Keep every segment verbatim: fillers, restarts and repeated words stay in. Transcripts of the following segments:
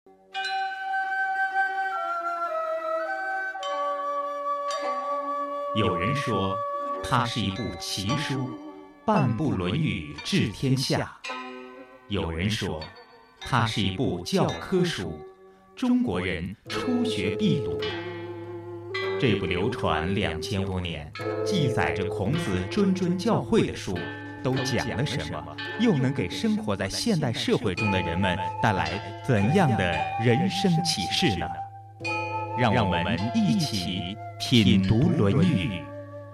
有人说，它是一部奇书，半部《论语》治天下；有人说，它是一部教科书，中国人初学必读。这部流传两千多年，记载着孔子谆谆教诲的书，都讲了什么？又能给生活在现代社会中的人们带来怎样的人生启示呢？让我们一起品读《论语》。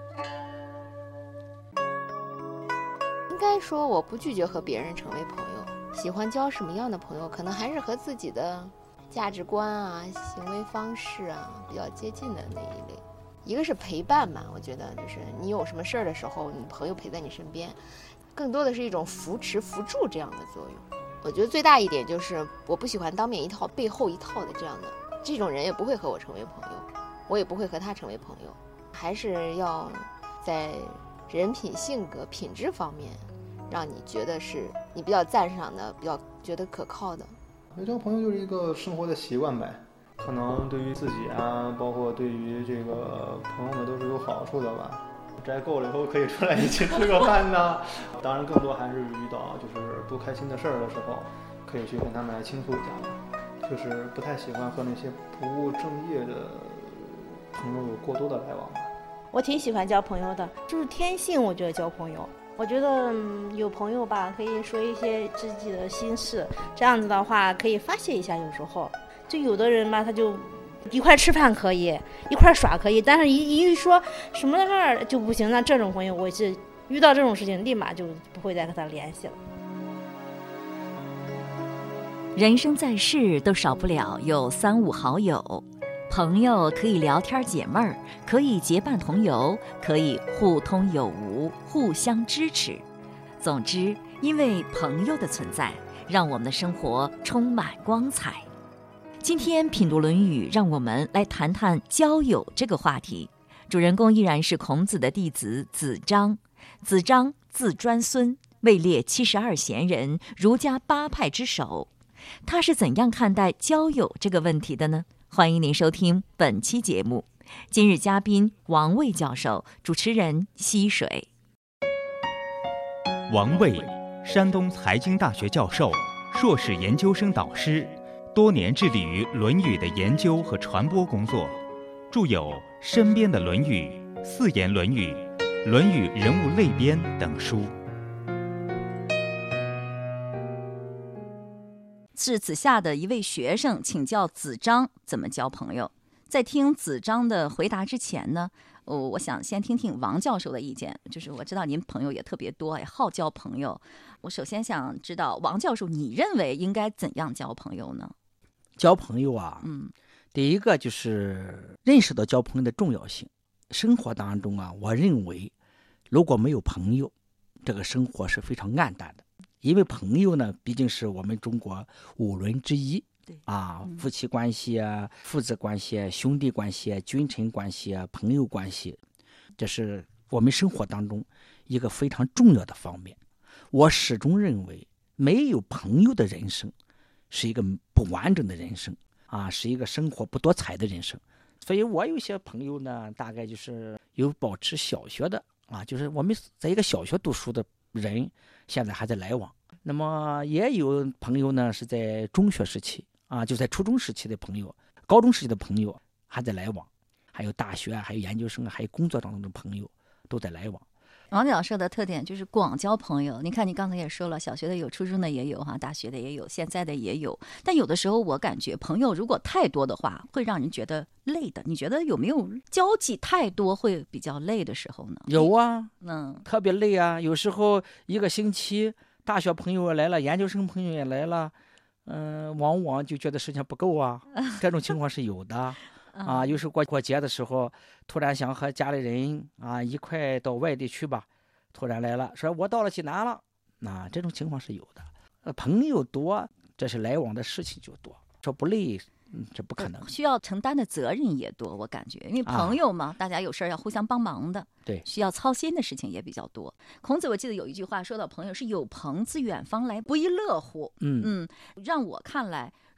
应该说，我不拒绝和别人成为朋友，喜欢交什么样的朋友，可能还是和自己的价值观啊、行为方式啊比较接近的那一类。一个是陪伴嘛，我觉得就是你有什么事儿的时候，你朋友陪在你身边，更多的是一种扶持、扶助这样的作用。我觉得最大一点就是，我不喜欢当面一套背后一套的这样的，这种人也不会和我成为朋友，我也不会和他成为朋友。还是要在人品、性格、品质方面，让你觉得是你比较赞赏的、比较觉得可靠的。 交朋友就是一个生活的习惯呗，可能对于自己啊，包括对于这个朋友们都是有好处的吧。摘够了以后可以出来一起吃个饭呐。当然，更多还是遇到就是不开心的事儿的时候，可以去跟他们来倾诉一下。就是不太喜欢和那些不务正业的朋友有过多的来往吧。 我挺喜欢交朋友的，就是天性，我觉得交朋友。我觉得、嗯、有朋友吧，可以说一些自己的心事，这样子的话可以发泄一下。有时候，就有的人吧，他就一块吃饭可以，一块耍可以，但是一一说什么事儿就不行。那这种朋友，我是遇到这种事情，立马就不会再和他联系了。 人生在世，都少不了有三五好友。朋友可以聊天解闷儿，可以结伴同游，可以互通有无，互相支持。总之，因为朋友的存在，让我们的生活充满光彩。今天品读《论语》，让我们来谈谈交友这个话题。主人公依然是孔子的弟子子张。子张字专孙，位列七十二贤人，儒家八派之首。他是怎样看待交友这个问题的呢？欢迎您收听本期节目。今日嘉宾王卫教授，主持人溪水。 王卫，山东财经大学教授，硕士研究生导师，多年致力于《论语》的研究和传播工作，著有《身边的论语》《四言论语》《论语人物类编》等书。 是子夏的一位学生请教子张怎么交朋友。在听子张的回答之前呢，我我想先听听王教授的意见。就是我知道您朋友也特别多，也好交朋友。我首先想知道王教授，你认为应该怎样交朋友呢？ 交朋友啊，嗯，第一个就是认识到交朋友的重要性。生活当中啊，我认为如果没有朋友，这个生活是非常暗淡的。因为朋友呢，毕竟是我们中国五伦之一啊，夫妻关系啊、父子关系啊、兄弟关系啊、君臣关系啊、朋友关系，这是我们生活当中一个非常重要的方面。我始终认为，没有朋友的人生是一个不完整的人生啊，是一个生活不多彩的人生。所以我有些朋友呢，大概就是有保持小学的啊，就是我们在一个小学读书的人，现在还在来往。那么也有朋友呢是在中学时期啊，就在初中时期的朋友，高中时期的朋友还在来往，还有大学啊，还有研究生啊，还有工作当中的朋友都在来往。 王教授的特点就是广交朋友。你看，你刚才也说了，小学的有，初中的也有哈，大学的也有，现在的也有。但有的时候我感觉朋友如果太多的话，会让人觉得累的。你觉得有没有交际太多会比较累的时候呢？ 有啊， 嗯， 特别累啊。有时候一个星期，大学朋友来了，研究生朋友也来了，嗯、呃，往往就觉得时间不够啊。这种情况是有的。啊，有时候过过节的时候，突然想和家里人啊一块到外地去吧，突然来了，说我到了济南了，那这种情况是有的。呃，朋友多，这是来往的事情就多，说不累，嗯，这不可能。 需要承担的责任也多，我感觉，因为朋友嘛，啊、大家有事儿要互相帮忙的， 对， 需要操心的事情也比较多。孔子我记得有一句话说到朋友是有朋自远方来，不亦乐乎。嗯嗯，让我看来。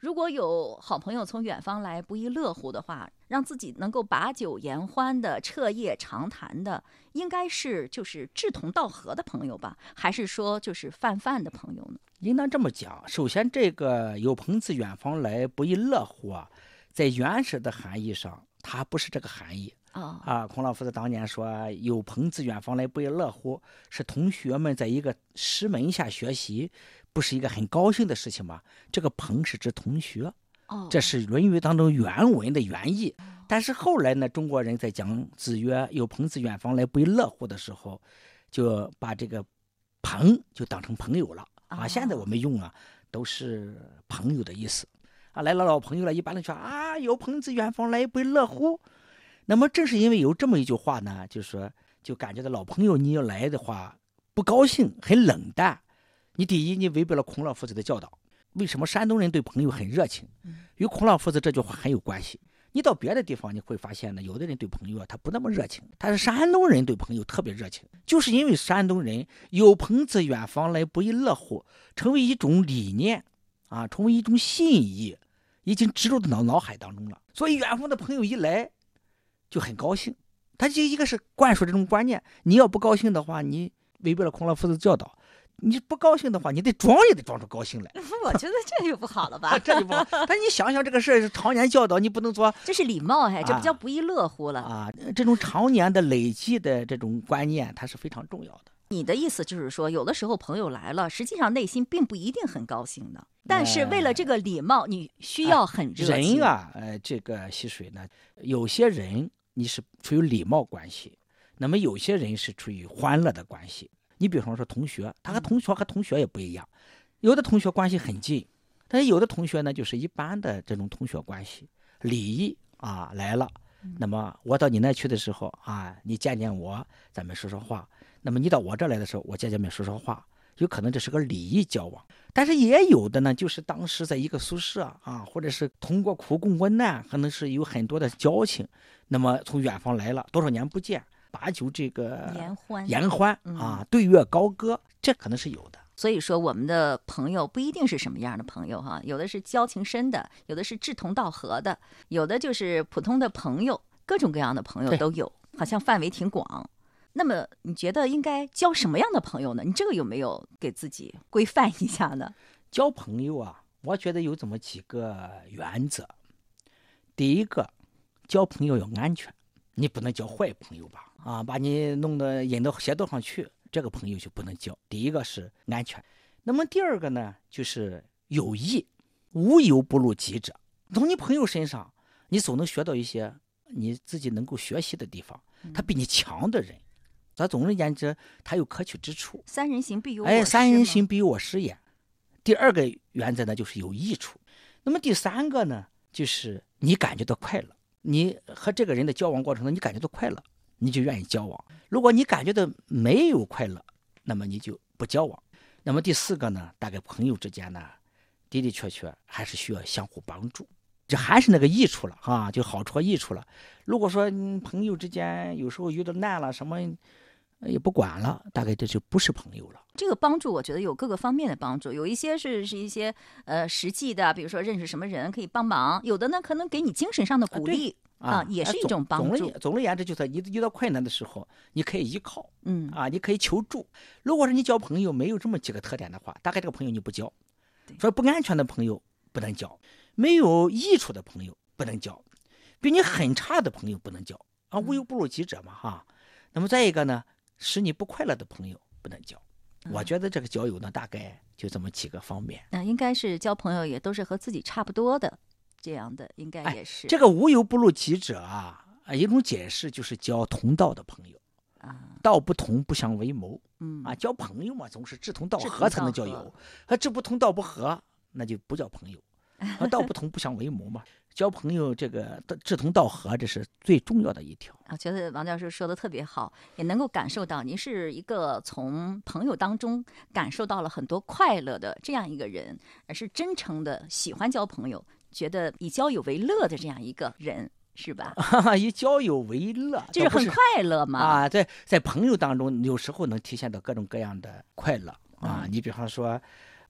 如果有好朋友从远方来不亦乐乎的话，让自己能够把酒言欢的、彻夜长谈的，应该是就是志同道合的朋友吧，还是说就是泛泛的朋友呢？ 应当这么讲，首先这个有朋自远方来不亦乐乎啊，在原始的含义上它不是这个含义。 哦、 啊，孔老夫子当年说有朋自远方来不亦乐乎，是同学们在一个师门下学习，不是一个很高兴的事情吗？这个朋是指同学， 哦、 这是《论语》当中原文的原意。但是后来呢，中国人在讲子曰有朋自远方来不亦乐乎的时候，就把这个朋就当成朋友了啊。现在我们用啊都是朋友的意思啊，来了老朋友了，一般都说啊有朋自远方来不亦乐乎。那么正是因为有这么一句话呢，就是说就感觉到老朋友你要来的话不高兴，很冷淡。你第一，你违背了孔老夫子的教导。为什么山东人对朋友很热情？与孔老夫子这句话很有关系。你到别的地方你会发现呢，有的人对朋友啊他不那么热情，但是山东人对朋友特别热情，就是因为山东人有朋自远方来不亦乐乎，成为一种理念啊，成为一种信义，已经植入到脑脑海当中了。所以远方的朋友一来就很高兴，他就一个是灌输这种观念，你要不高兴的话，你违背了孔老夫子教导。你不高兴的话，你得装也得装出高兴来。 我觉得这就不好了吧？ 这就不好。但你想想这个事儿是常年教导，你不能说这是礼貌，还这不叫不亦乐乎了啊！这种常年的累积的这种观念，它是非常重要的。 你的意思就是说，有的时候朋友来了，实际上内心并不一定很高兴的，但是为了这个礼貌，你需要很热情。 人啊，呃，这个溪水呢，有些人你是出于礼貌关系，那么有些人是出于欢乐的关系。你比方说同学，他和同学和同学也不一样，有的同学关系很近，但是有的同学呢就是一般的这种同学关系。礼仪啊来了，那么我到你那去的时候啊，你见见我，咱们说说话。那么你到我这来的时候，我见见面说说话，有可能这是个礼仪交往。但是也有的呢，就是当时在一个宿舍啊，或者是通过苦共过难，可能是有很多的交情，那么从远方来了，多少年不见，把酒这个言欢言欢啊，对月高歌，这可能是有的。 所以说我们的朋友不一定是什么样的朋友哈，有的是交情深的，有的是志同道合的，有的就是普通的朋友，各种各样的朋友都有，好像范围挺广。那么你觉得应该交什么样的朋友呢？你这个有没有给自己规范一下呢？ 交朋友啊，我觉得有这么几个原则。第一个，交朋友要安全，你不能交坏朋友吧？啊，把你弄得引到邪道上去，这个朋友就不能交。第一个是安全，那么第二个呢，就是友谊，无友不入己者。从你朋友身上，你总能学到一些你自己能够学习的地方，他比你强的人，咱总而言之，他有可取之处。 三人行必有我师， 哎，三人行必有我师也。第二个原则呢，就是有益处。那么第三个呢，就是你感觉到快乐，你和这个人的交往过程中，你感觉到快乐，你就愿意交往。如果你感觉到没有快乐，那么你就不交往。那么第四个呢，大概朋友之间呢，的的确确还是需要相互帮助，这还是那个益处了啊，就好处和益处了。如果说、嗯、朋友之间有时候遇到难了什么也不管了，大概这就不是朋友了。 这个帮助我觉得有各个方面的帮助，有一些是是一些呃实际的，比如说认识什么人可以帮忙，有的呢可能给你精神上的鼓励。啊, 啊，也是一种帮助。 总, 总而言之，就是你遇到困难的时候，你可以依靠， 嗯啊，你可以求助。如果是你交朋友没有这么几个特点的话，大概这个朋友你不交。所以不安全的朋友不能交，没有益处的朋友不能交，比你很差的朋友不能交啊，无友不入己者嘛哈。那么再一个呢，使你不快乐的朋友不能交。我觉得这个交友呢，大概就这么几个方面。 那、嗯、应该是交朋友也都是和自己差不多的。这样的应该也是、 哎、这个无友不入己者啊，一种解释就是交同道的朋友啊， 道不同不相为谋。 嗯啊，交朋友嘛，总是志同道合才能交友，和志不同道不合那就不叫朋友，和道不同不相为谋嘛。交朋友这个志同道合，这是最重要的一条。 我觉得王教授说的特别好，也能够感受到您是一个从朋友当中感受到了很多快乐的这样一个人，而是真诚的喜欢交朋友，觉得以交友为乐的这样一个人，是吧？ 以交友为乐， 就是很快乐嘛。 啊，在在朋友当中，有时候能体现到各种各样的快乐啊。 嗯、 你比方说，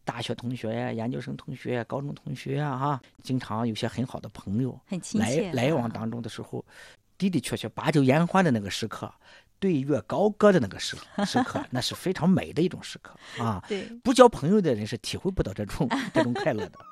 大学同学呀、研究生同学、高中同学啊，哈，经常有些很好的朋友， 很亲切、 啊、来来往当中的时候，的的确确把酒言欢的那个时刻，对月高歌的那个时时刻，那是非常美的一种时刻啊。 对， 不交朋友的人是体会不到这种这种快乐的。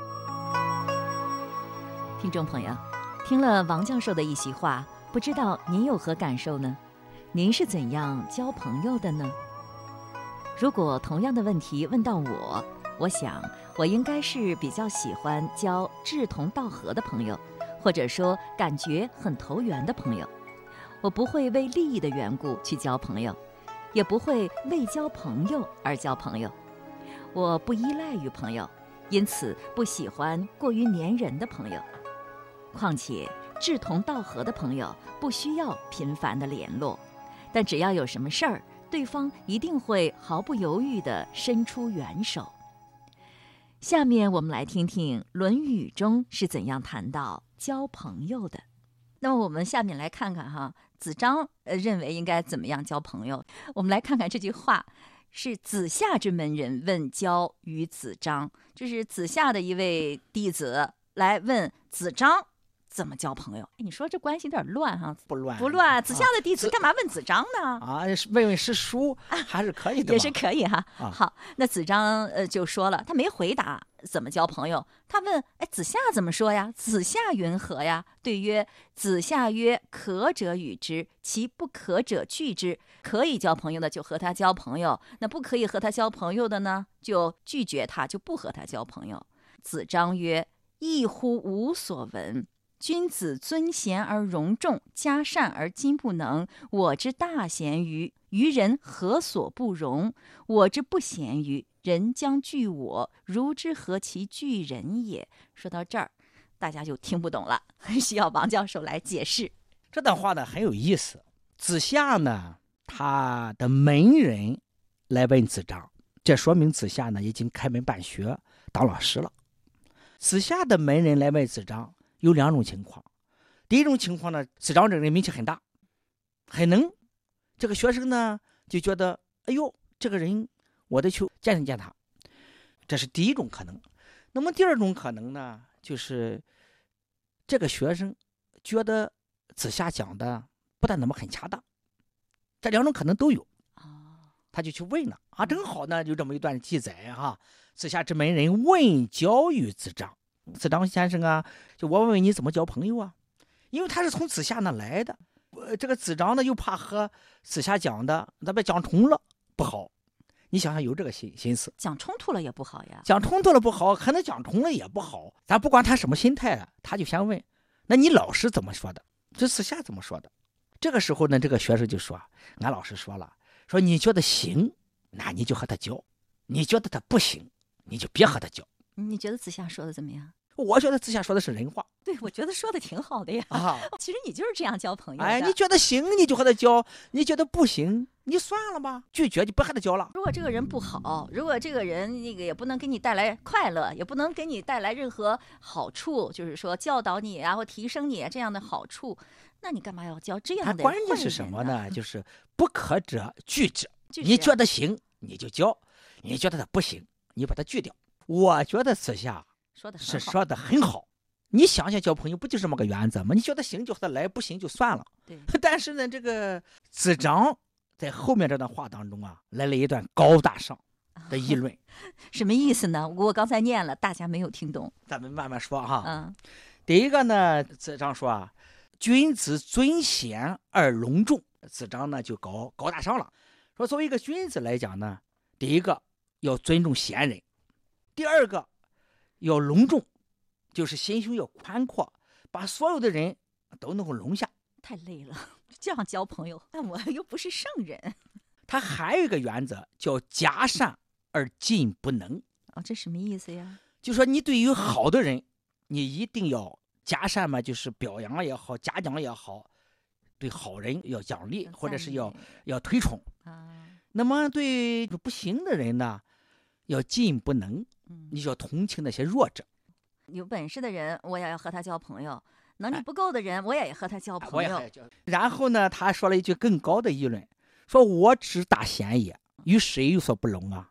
听众朋友，听了王教授的一席话，不知道您有何感受呢？您是怎样交朋友的呢？如果同样的问题问到我，我想我应该是比较喜欢交志同道合的朋友，或者说感觉很投缘的朋友。我不会为利益的缘故去交朋友，也不会为交朋友而交朋友。我不依赖于朋友，因此不喜欢过于粘人的朋友。况且志同道合的朋友不需要频繁的联络，但只要有什么事儿，对方一定会毫不犹豫地伸出援手。下面我们来听听《论语》中是怎样谈到交朋友的。那么我们下面来看看哈，子张呃认为应该怎么样交朋友。我们来看看这句话，是子夏之门人问交于子张，这是子夏的一位弟子来问子张怎么交朋友。哎，你说这关系有点乱哈？ 不乱， 不乱。子夏的弟子干嘛问子张呢？ 啊，问问师叔还是可以的， 也是可以哈。 啊、 好，那子张呃就说了，他没回答怎么交朋友。他问，哎，子夏怎么说呀？子夏云何呀？对曰：子夏曰：可者与之，其不可者拒之。可以交朋友的就和他交朋友，那不可以和他交朋友的呢，就拒绝他，就不和他交朋友。子张曰：异乎无所闻。君子尊贤而容众，嘉善而今不能。我之大贤于于人，何所不容？我之不贤于人，将惧我，如之何其惧人也？说到这儿，大家就听不懂了，需要王教授来解释。 这段话呢很有意思。子夏呢，他的门人来问子张，这说明子夏呢已经开门办学，当老师了。子夏的门人来问子张，有两种情况。第一种情况呢，子张这个人名气很大，很能，这个学生呢就觉得，哎呦，这个人我得去见识见他，这是第一种可能。那么第二种可能呢，就是这个学生觉得子夏讲的不但那么很恰当，这两种可能都有，他就去问了啊，正好呢有这么一段记载哈、啊，子夏之门人问交于子张。子张先生啊，就我问问你怎么交朋友啊？因为他是从子夏那来的，呃，这个子张呢又怕和子夏讲的那被讲重了不好，你想想有这个心心思， 讲冲突了也不好呀， 讲冲突了不好，可能讲重了也不好。咱不管他什么心态了，他就先问，那你老师怎么说的？这子夏怎么说的？这个时候呢，这个学生就说，俺老师说了，说你觉得行，那你就和他交；你觉得他不行，你就别和他交。 你觉得子夏说的怎么样？ 我觉得子夏说的是人话。 对，我觉得说的挺好的呀。 啊， 其实你就是这样交朋友的。 哎，你觉得行你就和他交，你觉得不行你算了吧，拒绝就不和他交了。 如果这个人不好，如果这个人那个也不能给你带来快乐，也不能给你带来任何好处，就是说教导你啊或提升你啊这样的好处，那你干嘛要交这样的？ 关键是什么呢？就是不可者拒之。 就是、 你觉得行你就交，你觉得他不行你把他拒掉。我觉得子夏说的是说的很好。你想想交朋友不就这么个原则吗？你觉得行就和他来，不行就算了。 对。 但是呢，这个子张在后面这段话当中啊，来了一段高大上的议论。 什么意思呢？我刚才念了，大家没有听懂。 咱们慢慢说哈。 嗯。 第一个呢，子张说啊，君子尊贤而隆重。子张呢就高高大上了，说作为一个君子来讲呢，第一个要尊重贤人，第二个要隆重，就是心胸要宽阔，把所有的人都能够容下。 太累了，这样交朋友，但我又不是圣人。 他还有一个原则叫嘉善而近不能。 哦，这什么意思呀？ 就说你对于好的人，你一定要嘉善嘛，就是表扬也好，嘉奖也好，对好人要奖励，或者是要要推崇啊。那么对不行的人呢，要近不能，你就要同情那些弱者。 有本事的人，我也要和他交朋友；能力不够的人，我也和他交朋友。 哎、然后呢，他说了一句更高的议论，说我只大贤也，与谁有所不容啊？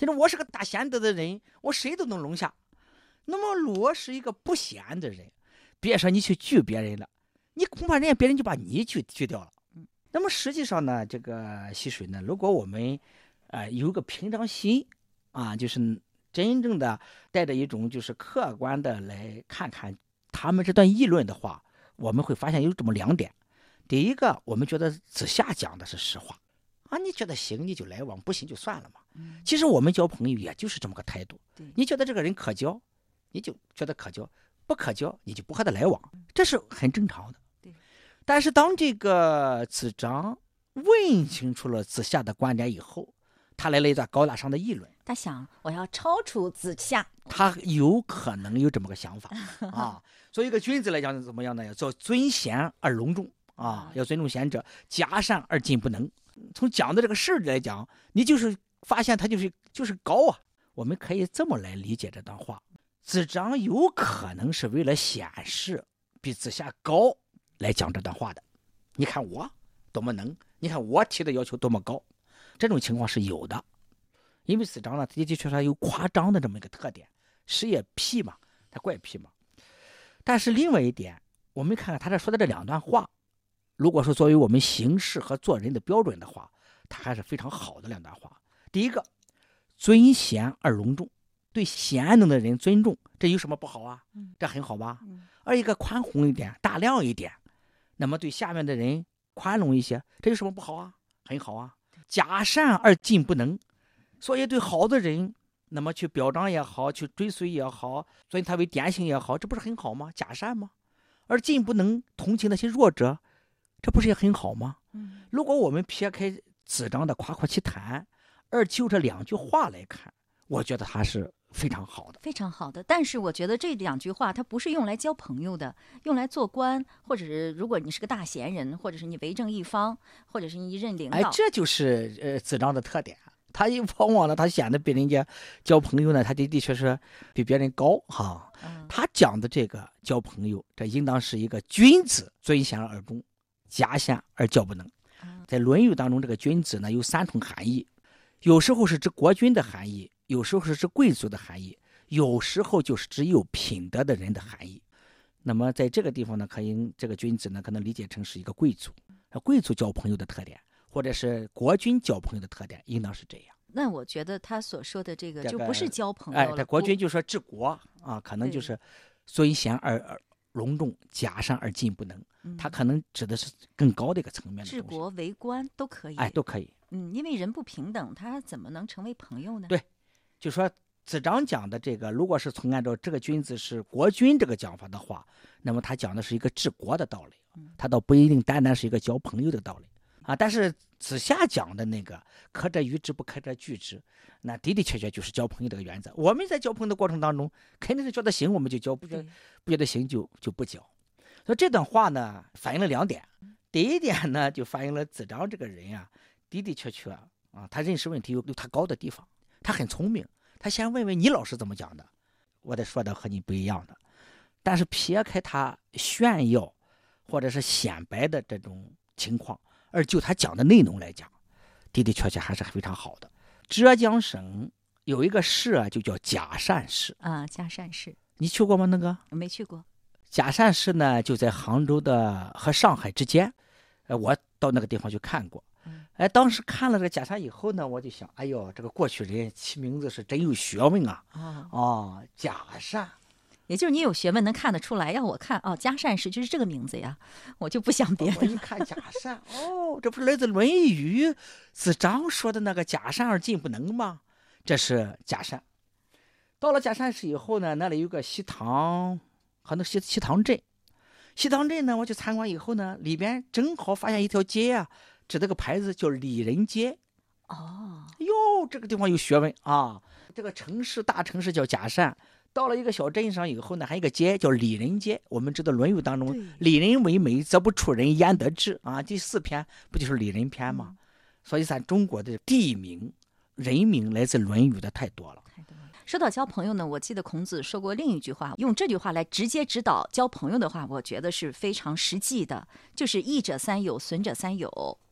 就是我是个大贤德的人，我谁都能容下。那么我是一个不贤的人，别说你去拒别人了，你恐怕人家别人就把你拒拒掉了。那么实际上呢，这个溪水呢，如果我们呃有个平常心啊，就是真正的带着一种就是客观的来看看他们这段议论的话，我们会发现有这么两点。第一个，我们觉得子夏讲的是实话啊，你觉得行你就来往，不行就算了嘛。嗯、其实我们交朋友也就是这么个态度，你觉得这个人可交，你就觉得可交，不可交你就不和他来往，这是很正常的。对。但是当这个子张问清楚了子夏的观点以后，他来了一段高大上的议论， 他想我要超出子夏， 他有可能有这么个想法啊。作为一个君子来讲怎么样呢？要做尊贤而隆重啊，要尊重贤者，假善而进不能。从讲的这个事来讲，你就是发现他就是就是高啊。我们可以这么来理解这段话：子张有可能是为了显示比子夏高来讲这段话的。你看我多么能，你看我提的要求多么高，这种情况是有的。因为子张呢，的的确确有夸张的这么一个特点，事业癖嘛，他怪癖嘛。但是另外一点，我们看看他这说的这两段话，如果说作为我们行事和做人的标准的话，它还是非常好的两段话。第一个，尊贤而隆重，对贤能的人尊重，这有什么不好啊？这很好吧？而一个宽宏一点，大量一点，那么对下面的人宽容一些，这有什么不好啊？很好啊。假善而进不能，所以对好的人，那么去表彰也好，去追随也好，尊他为典型也好，这不是很好吗？假善吗？而进不能，同情那些弱者，这不是也很好吗？嗯、如果我们撇开子张的夸夸其谈，而就这两句话来看，我觉得他是非常好的， 非常好的。但是我觉得这两句话它不是用来交朋友的，用来做官，或者是如果你是个大贤人，或者是你为政一方，或者是你一任领导， 哎，这就是呃子张的特点。他一往往呢，他显得比人家交朋友呢，他的的确是比别人高哈。嗯、他讲的这个交朋友，这应当是一个君子尊贤而忠，假贤而教不能。在《论语》当中，这个君子呢有三重含义，有时候是指国君的含义，有时候是指贵族的含义，有时候就是指有品德的人的含义。那么在这个地方呢，可以这个君子呢可能理解成是一个贵族，贵族交朋友的特点。或者是国君交朋友的特点，应当是这样。 那我觉得他所说的这个就不是交朋友了。 哎，这国君就说治国啊，可能就是尊贤而而隆重，假善而进不能。嗯、他可能指的是更高的一个层面的治国为官都可以， 哎，都可以。 嗯，因为人不平等，他怎么能成为朋友呢？ 对，就说子张讲的这个，如果是从按照这个君子是国君这个讲法的话，那么他讲的是一个治国的道理，他倒不一定单单是一个交朋友的道理。啊，但是子夏讲的那个可者与之，不可者拒之，那的的确确就是交朋友这个原则。我们在交朋友的过程当中，肯定是觉得行我们就交，不觉得不觉得行就就不交。所以这段话呢，反映了两点。第一点呢，就反映了子张这个人啊，的的确确啊，他认识问题有有他高的地方，他很聪明。他先问问你老师怎么讲的，我得说的和你不一样的。但是撇开他炫耀或者是显摆的这种情况，而就他讲的内容来讲，的的确确还是非常好的。浙江省有一个市啊，就叫贾善市啊，贾善市， 你去过吗？那个没去过。 贾善市呢，就在杭州的和上海之间。呃，我到那个地方去看过。哎，当时看了这个贾善以后呢，我就想，哎呦，这个过去人起名字是真有学问啊！哦，哦贾善。 也就是你有学问能看得出来，要我看哦，贾善氏就是这个名字呀，我就不想别的。 我一看贾善，哦，这不是来自《论语》子张说的那个假善而进不能吗？这是贾善。到了贾善市以后呢，那里有个西塘，好像西西塘镇。西塘镇呢，我去参观以后呢，里边正好发现一条街啊，指这个牌子叫李仁街。哦，哟，这个地方有学问啊！这个城市大城市叫贾善。到了一个小镇上以后呢，还有一个街叫李仁街。我们知道《论语》当中，李仁为美，则不出人焉得之啊。第四篇不就是李仁篇吗？嗯、所以咱中国的地名、人名来自《论语》的太多了。太多了。 说到交朋友呢，我记得孔子说过另一句话，用这句话来直接指导交朋友的话，我觉得是非常实际的，就是益者三友，损者三友。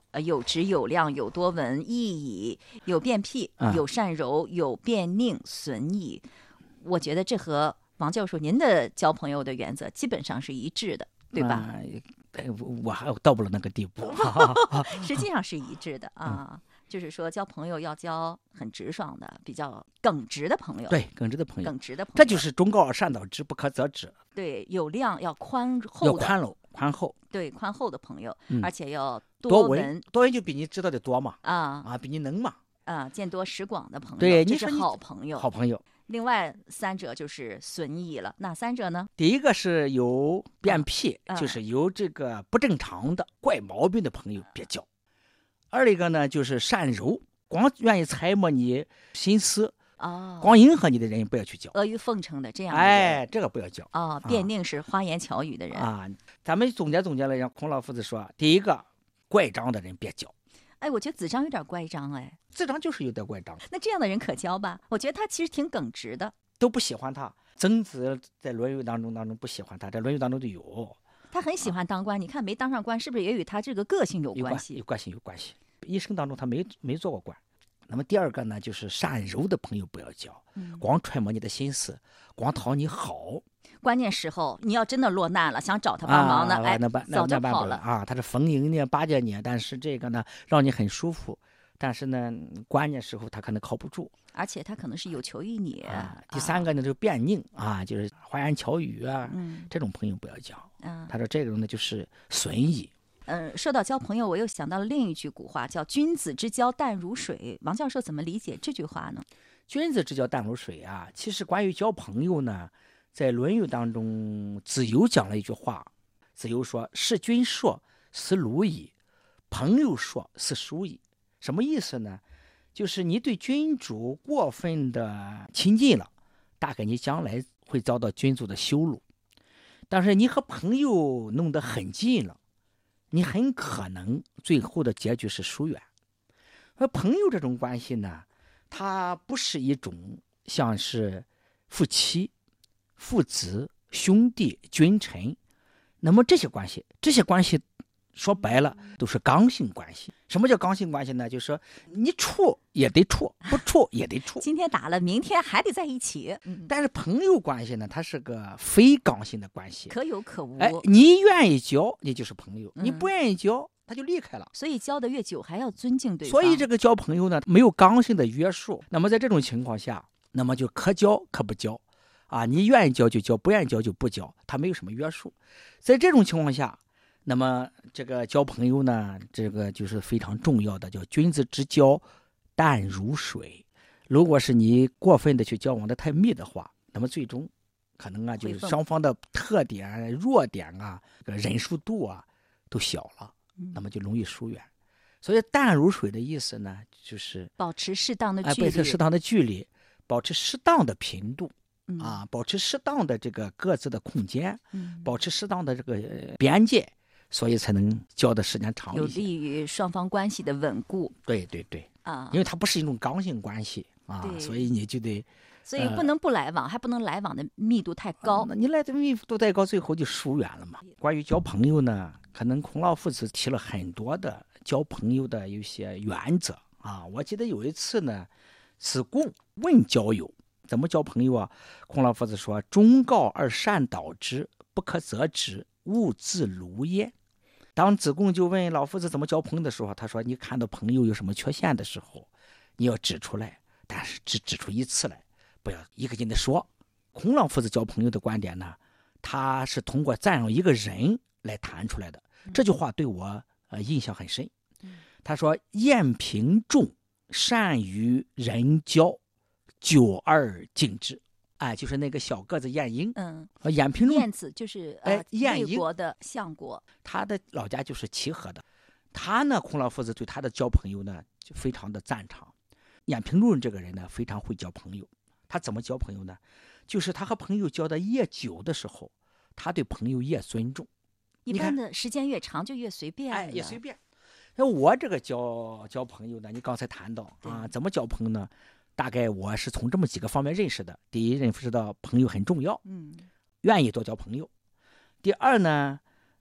呃，有质有量，有多闻，意矣，有变辟， 啊有善柔，有变佞，损矣。我觉得这和王教授您的交朋友的原则基本上是一致的，对吧？ 呃、我还到不了那个地步， 实际上是一致的啊。嗯，就是说交朋友要交很直爽的、比较耿直的朋友。 对，耿直的朋友， 耿直的朋友， 这就是忠告而善导之，不可则止。 对，有量要宽厚的， 要宽容宽厚。 对，宽厚的朋友， 嗯、 而且要多闻， 多闻就比你知道的多嘛。 啊啊，比你能嘛。 啊，见多识广的朋友， 对， 这是好朋友。 好朋友。 另外三者就是损益了，哪三者呢？ 第一个是有变癖， 啊、 就是有这个不正常的怪毛病的朋友别交。二一个呢就是善柔，光愿意揣摩你心思， 哦， 光迎合你的人不要去交。 阿谀奉承的这样的人， 哎，这个不要交。 哦，变佞是花言巧语的人啊。咱们总结总结了，让孔老夫子说，第一个怪张的人别交。 哎，我觉得子张有点乖张，哎， 子张就是有点乖张。 那这样的人可交吧？我觉得他其实挺耿直的， 都不喜欢他。曾子在《论语》当中当中不喜欢他，在《论语》当中就有。 他很喜欢当官，啊、你看没当上官，是不是也与他这个个性有关系？ 有关系，有关系。一生当中他没没做过官。那么第二个呢，就是善柔的朋友不要交， 嗯、 光揣摩你的心思，光讨你好。 关键时候你要真的落难了，想找他帮忙呢， 啊、 哎， 那办早就跑了啊！他是逢迎你、巴结你，但是这个呢，让你很舒服。但是呢，关键时候他可能靠不住， 而且他可能是有求于你。 啊、第三个呢，就变佞啊，就是花言巧语啊， 嗯、 这种朋友不要交。 啊、 他说这种呢就是损益。 嗯，说到交朋友，我又想到了另一句古话，叫“君子之交淡如水”。王教授怎么理解这句话呢？ 君子之交淡如水啊，其实关于交朋友呢，在《论语》当中，子游讲了一句话。子游说：“事君说，是鲁矣；朋友说，是叔矣。”什么意思呢？就是你对君主过分的亲近了，大概你将来会遭到君主的羞辱；但是你和朋友弄得很近了，你很可能最后的结局是疏远。而朋友这种关系呢，它不是一种像是夫妻、父子、兄弟、君臣，那么这些关系，这些关系说白了都是刚性关系。什么叫刚性关系呢？就是说你处也得处，不处也得处。 今天打了，明天还得在一起。 嗯、但是朋友关系呢，它是个非刚性的关系， 可有可无。 哎，你愿意交，你就是朋友； 嗯、 你不愿意交，他就离开了。 所以交得越久，还要尊敬对方。 所以这个交朋友呢，没有刚性的约束。那么在这种情况下，那么就可交可不交。啊，你愿意交就交，不愿意交就不交，它没有什么约束。在这种情况下，那么这个交朋友呢，这个就是非常重要的，叫君子之交淡如水。如果是你过分的去交往的太密的话，那么最终可能啊，就是双方的特点、弱点啊、忍受度啊都小了，那么就容易疏远。所以淡如水的意思呢，就是保持适当的距离， 保持适当的距离，保持适当的频度。 嗯、 啊，保持适当的这个各自的空间， 嗯、 保持适当的这个边界，所以才能交的时间长一些， 有利于双方关系的稳固。 对对对， 啊， 因为它不是一种刚性关系啊，所以你就得， 所以不能不来往，呃、还不能来往的密度太高。 那、呃、你来的密度太高，最后就疏远了嘛。关于交朋友呢，可能孔老夫子提了很多的交朋友的有些原则啊。我记得有一次呢，子贡问交友。怎么交朋友啊？孔老夫子说：“忠告而善导之，不可则止，勿自如焉。”当子贡就问老夫子怎么交朋友的时候，他说：“你看到朋友有什么缺陷的时候，你要指出来，但是只指出一次来，不要一个劲的说。”孔老夫子交朋友的观点呢，他是通过赞扬一个人来谈出来的。这句话对我呃印象很深。他说：“晏平仲，善于人交。”久而敬之，哎，就是那个小个子晏婴， 嗯， 晏平仲， 晏子就是呃， 哎，晏婴魏国的相国， 他的老家就是齐河的。他呢，孔老夫子对他的交朋友呢，就非常的赞赏。晏平仲这个人呢，非常会交朋友。他怎么交朋友呢？就是他和朋友交的越久的时候，他对朋友越尊重。 一般的时间越长，就越随便， 哎，越随便。那我这个交交朋友呢，你刚才谈到啊，怎么交朋友呢？大概我是从这么几个方面认识的。第一，认识到朋友很重要， 嗯， 愿意多交朋友。第二呢，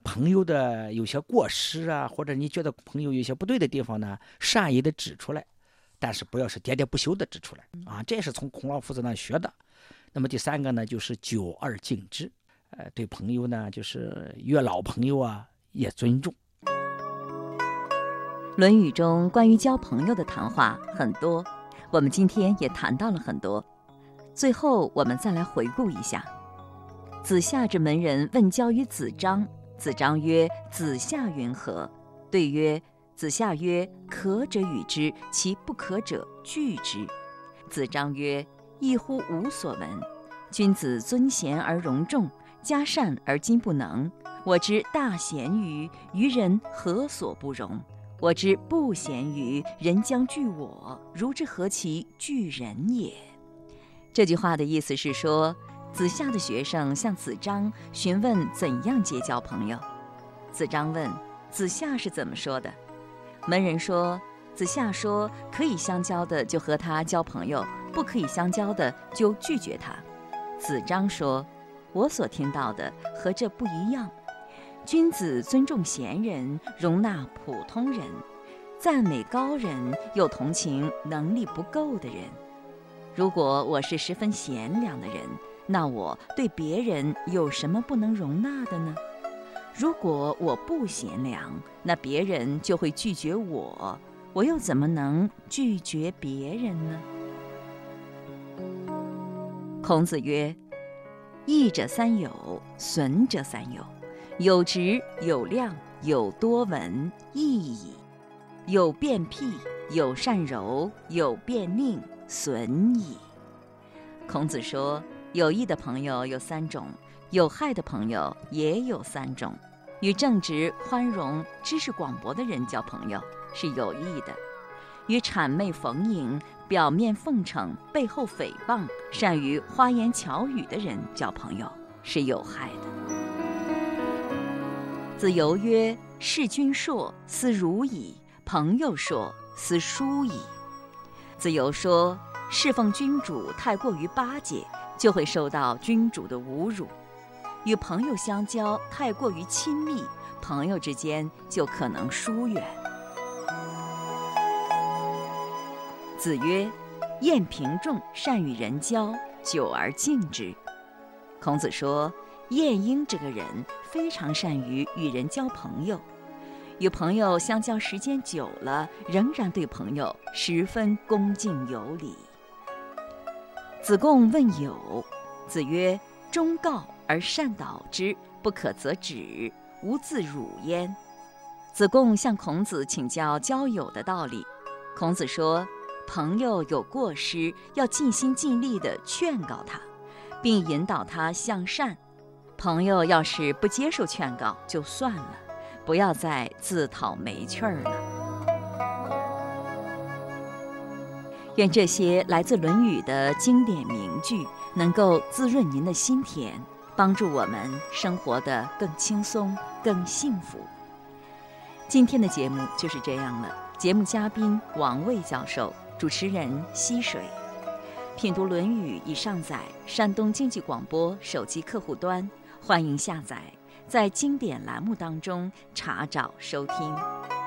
朋友的有些过失啊，或者你觉得朋友有些不对的地方呢，善意的指出来，但是不要是喋喋不休的指出来啊，这是从孔老夫子那学的。那么第三个呢，就是久而敬之，呃，对朋友呢，就是越老朋友啊，也尊重。 《论语》中关于交朋友的谈话很多，我们今天也谈到了很多。最后，我们再来回顾一下。子夏之门人问交于子张，子张曰：“子夏云何？”对曰：“子夏曰：可者与之，其不可者拒之。”子张曰：“异乎吾所闻。君子尊贤而容众，嘉善而今不能。我之大贤于于人，何所不容？我之不贤于人，将惧我，如之何其惧人也？”这句话的意思是说，子夏的学生向子张询问怎样结交朋友。子张问子夏是怎么说的，门人说，子夏说可以相交的就和他交朋友，不可以相交的就拒绝他。子张说，我所听到的和这不一样。君子尊重贤人，容纳普通人，赞美高人，又同情能力不够的人。如果我是十分贤良的人，那我对别人有什么不能容纳的呢？如果我不贤良，那别人就会拒绝我，我又怎么能拒绝别人呢？孔子曰：益者三友，损者三友。有直，有量，有多闻，益矣；有辩辟，有善柔，有辩佞，损矣。孔子说，有益的朋友有三种，有害的朋友也有三种。与正直、宽容、知识广博的人交朋友是有益的；与谄媚逢迎、表面奉承、背后诽谤、善于花言巧语的人交朋友是有害的。子游曰：事君硕，斯辱矣；朋友硕，斯疏矣。子游说，侍奉君主太过于巴结，就会受到君主的侮辱；与朋友相交太过于亲密，朋友之间就可能疏远。子曰：晏平仲，善与人交，久而敬之。孔子说，晏婴这个人非常善于与人交朋友，与朋友相交时间久了，仍然对朋友十分恭敬有礼。子贡问友，子曰：忠告而善导之，不可则止，无自辱焉。子贡向孔子请教交友的道理。孔子说，朋友有过失，要尽心尽力地劝告他，并引导他向善。朋友要是不接受劝告就算了，不要再自讨没趣儿了。愿这些来自《论语》的经典名句能够滋润您的心田，帮助我们生活得更轻松、更幸福。今天的节目就是这样了。节目嘉宾王卫教授，主持人溪水。品读《论语》已上载山东经济广播手机客户端，欢迎下载，在经典栏目当中查找收听。